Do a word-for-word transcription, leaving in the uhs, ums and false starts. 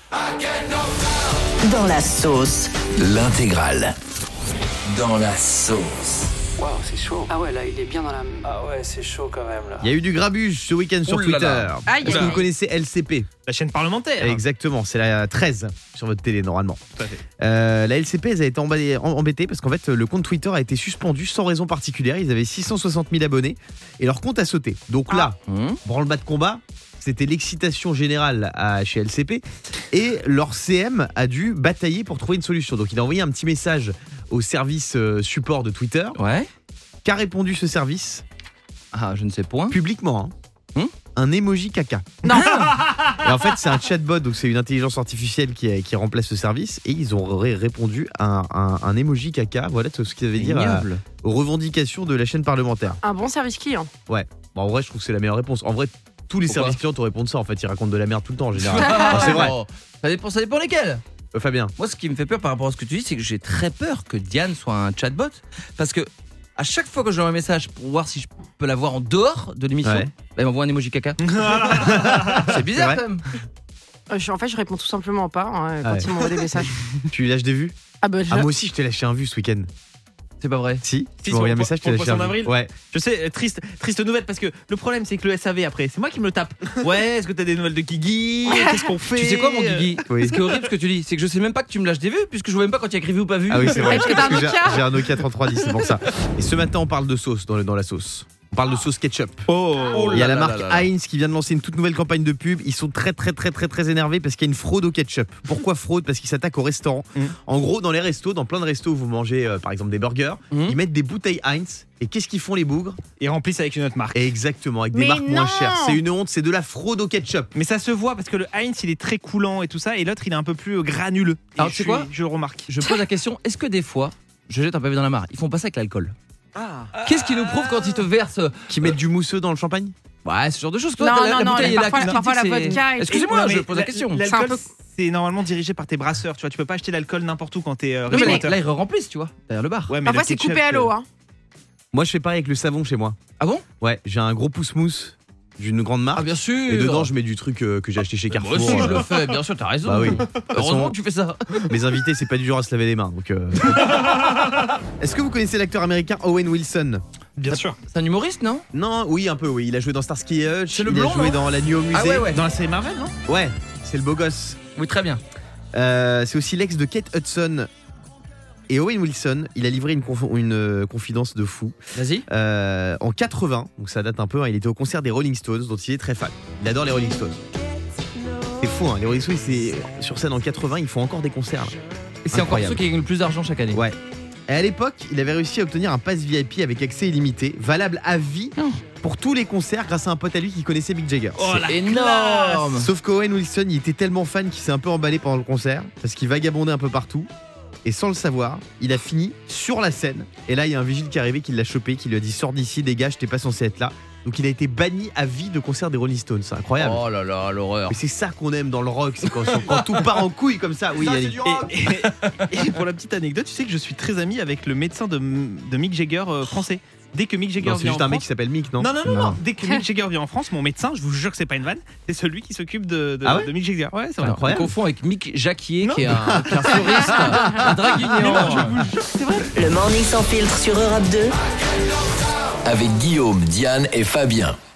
Dans la sauce. L'intégrale. Dans la sauce. Waouh, c'est chaud. Ah ouais, là, il est bien dans la... Ah ouais, c'est chaud quand même là. Il y a eu du grabuge ce week-end sur Ouh là Twitter. là. Aïe, Est-ce que aïe, vous aïe. connaissez L C P? La chaîne parlementaire. Exactement, c'est la treize sur votre télé normalement. Tout à fait. Euh, la L C P, elle a été emballée- em- embêtée parce qu'en fait le compte Twitter a été suspendu sans raison particulière. Ils avaient six cent soixante mille abonnés et leur compte a sauté. Donc là, Mmh. branle-bas de combat, c'était l'excitation générale à, chez L C P et leur C M a dû batailler pour trouver une solution. Donc il a envoyé un petit message au service euh, support de Twitter. Ouais. Qu'a répondu ce service Ah, je ne sais point. publiquement hein, Hmm un emoji caca. Non. Et en fait, c'est un chatbot, donc c'est une intelligence artificielle qui, qui remplace ce service. Et ils ont ré- répondu à un, un, un emoji caca. Voilà tout ce qu'ils avaient dire à- Ignoble. aux revendications de la chaîne parlementaire. Un bon service client. Bon, en vrai, je trouve que c'est la meilleure réponse. En vrai, tous les Pourquoi services clients te répondent ça. En fait, ils racontent de la merde tout le temps en général. Non, c'est vrai. Oh, ça dépend, ça dépend lesquels. Euh, Fabien. Moi, ce qui me fait peur par rapport à ce que tu dis, c'est que j'ai très peur que Diane soit un chatbot. Parce que à chaque fois que je lui envoie un message pour voir si je peux la voir en dehors de l'émission, Ouais. là, il m'envoie un emoji caca. C'est bizarre C'est vrai quand même. Euh, je- en fait, je réponds tout simplement pas hein, quand Ah ouais. il m'envoie des messages. Tu lui lâches des vues Ah bah, je... Ah, moi aussi, je t'ai lâché un vu ce week-end. C'est pas vrai. Si Tu Si, m'as envoyé un pour- message, je t'ai pour le lâché un poisson vu. d'avril Ouais. Je sais, euh, triste, triste nouvelle parce que le problème c'est que le S A V après, c'est moi qui me le tape. Ouais, est-ce que t'as des nouvelles de Guigui? Qu'est-ce qu'on fait? Tu sais quoi, mon Guigui? Oui. Ce qui est horrible ce que tu dis, c'est que je sais même pas que tu me lâches des vues, puisque je vois même pas quand il y a écrit vu ou pas vu. Ah oui, c'est vrai. Parce que t'as un Parce que Nokia. j'ai- J'ai un Nokia trente-trois dix, c'est pour ça. Et ce matin, on parle de sauce dans, le- dans la sauce. On parle de sauce ketchup. Oh, Il y a la là là marque là là. Heinz qui vient de lancer une toute nouvelle campagne de pub. Ils sont très très très très très énervés parce qu'il y a une fraude au ketchup. Pourquoi fraude? Parce qu'ils s'attaquent aux restaurants. Mm. En gros, dans les restos, dans plein de restos où vous mangez euh, par exemple des burgers, Mm. ils mettent des bouteilles Heinz. Et qu'est-ce qu'ils font les bougres? Ils remplissent avec une autre marque. Exactement, avec des Mais marques moins non. chères. C'est une honte, c'est de la fraude au ketchup. Mais ça se voit parce que le Heinz il est très coulant et tout ça et l'autre il est un peu plus euh, granuleux. Et Alors, je tu sais suis- quoi Je le remarque. Je pose la question, est-ce que des fois, je jette un pavé dans la mare, ils font pas ça avec l'alcool? Ah. Qu'est-ce qui nous prouve quand ils te versent Qui mettent du mousseux dans le champagne? Ouais, ce genre de choses. Non, Toi, non, la, la non, bouteille mais est là. parfois- qui te dit parfois que la c'est- vodka est- Excusez-moi, Non, mais je pose la la- question. C'est un L'alcool, peu- c'est normalement dirigé par tes brasseurs. Tu vois, tu peux pas acheter l'alcool n'importe où quand t'es euh, Non, mais là, restaurateur. là, ils remplissent, tu vois, derrière le bar. Ouais, mais Parfois, le c'est ketchup, coupé à l'eau. euh, Hein. Moi, je fais pareil avec le savon chez moi. Ah bon? Ouais, j'ai un gros pouce-mousse d'une grande marque. Ah, bien sûr. Et dedans, je mets du truc euh, que j'ai acheté chez Moi Carrefour. aussi, je euh, le fais, bien sûr, t'as raison. Bah oui. Heureusement façon- que tu fais ça. Mes invités, c'est pas du genre à se laver les mains. Donc, euh... Est-ce que vous connaissez l'acteur américain Owen Wilson? Bien sûr. C'est un humoriste, non? Non, oui, un peu, oui. Il a joué dans Starsky et Hutch. C'est le il blond, a joué non dans La Nuit au musée. Ah ouais, ouais. Dans la série Marvel, non? Ouais, c'est le beau gosse. Oui, très bien. Euh, c'est aussi l'ex de Kate Hudson. Et Owen Wilson, il a livré une, conf- une euh, confidence de fou. Vas-y. Euh, en quatre-vingts, donc ça date un peu, hein, il était au concert des Rolling Stones, dont il est très fan. Il adore les Rolling Stones. C'est fou, hein, les Rolling Stones, c'est, sur scène en quatre-vingts, ils font encore des concerts. là. Et c'est encore Incroyable. ceux qui gagnent le plus d'argent chaque année. Ouais. Et à l'époque, il avait réussi à obtenir un pass V I P avec accès illimité, valable à vie Oh. pour tous les concerts grâce à un pote à lui qui connaissait Mick Jagger. Oh, la C'est énorme. Sauf qu'Owen Wilson, il était tellement fan qu'il s'est un peu emballé pendant le concert parce qu'il vagabondait un peu partout. Et sans le savoir, il a fini sur la scène. Et là, il y a un vigile qui est arrivé, qui l'a chopé, qui lui a dit sors d'ici, dégage, t'es pas censé être là. Donc il a été banni à vie de concert des Rolling Stones. C'est incroyable. Oh là là, l'horreur. Mais c'est ça qu'on aime dans le rock, c'est quand, quand tout part en couille comme ça. Oui, Ça, Yannick. Et, et- et pour la petite anecdote, tu sais que je suis très ami avec le médecin de, de Mick Jagger euh, français. Dès que Mick Jagger Non, c'est vient juste en un mec France, qui s'appelle Mick, non non, non, non, non, dès que Mick Jagger vient en France, mon médecin, je vous jure que c'est pas une vanne, c'est celui qui s'occupe de, de, Ah ouais de Mick Jagger. Ouais, c'est vrai. On Incroyable. confond avec Mick Jacquier, Non. qui est un, qui est un fleuriste, un draguignan. Le morning sans filtre sur Europe deux. Avec Guillaume, Diane et Fabien.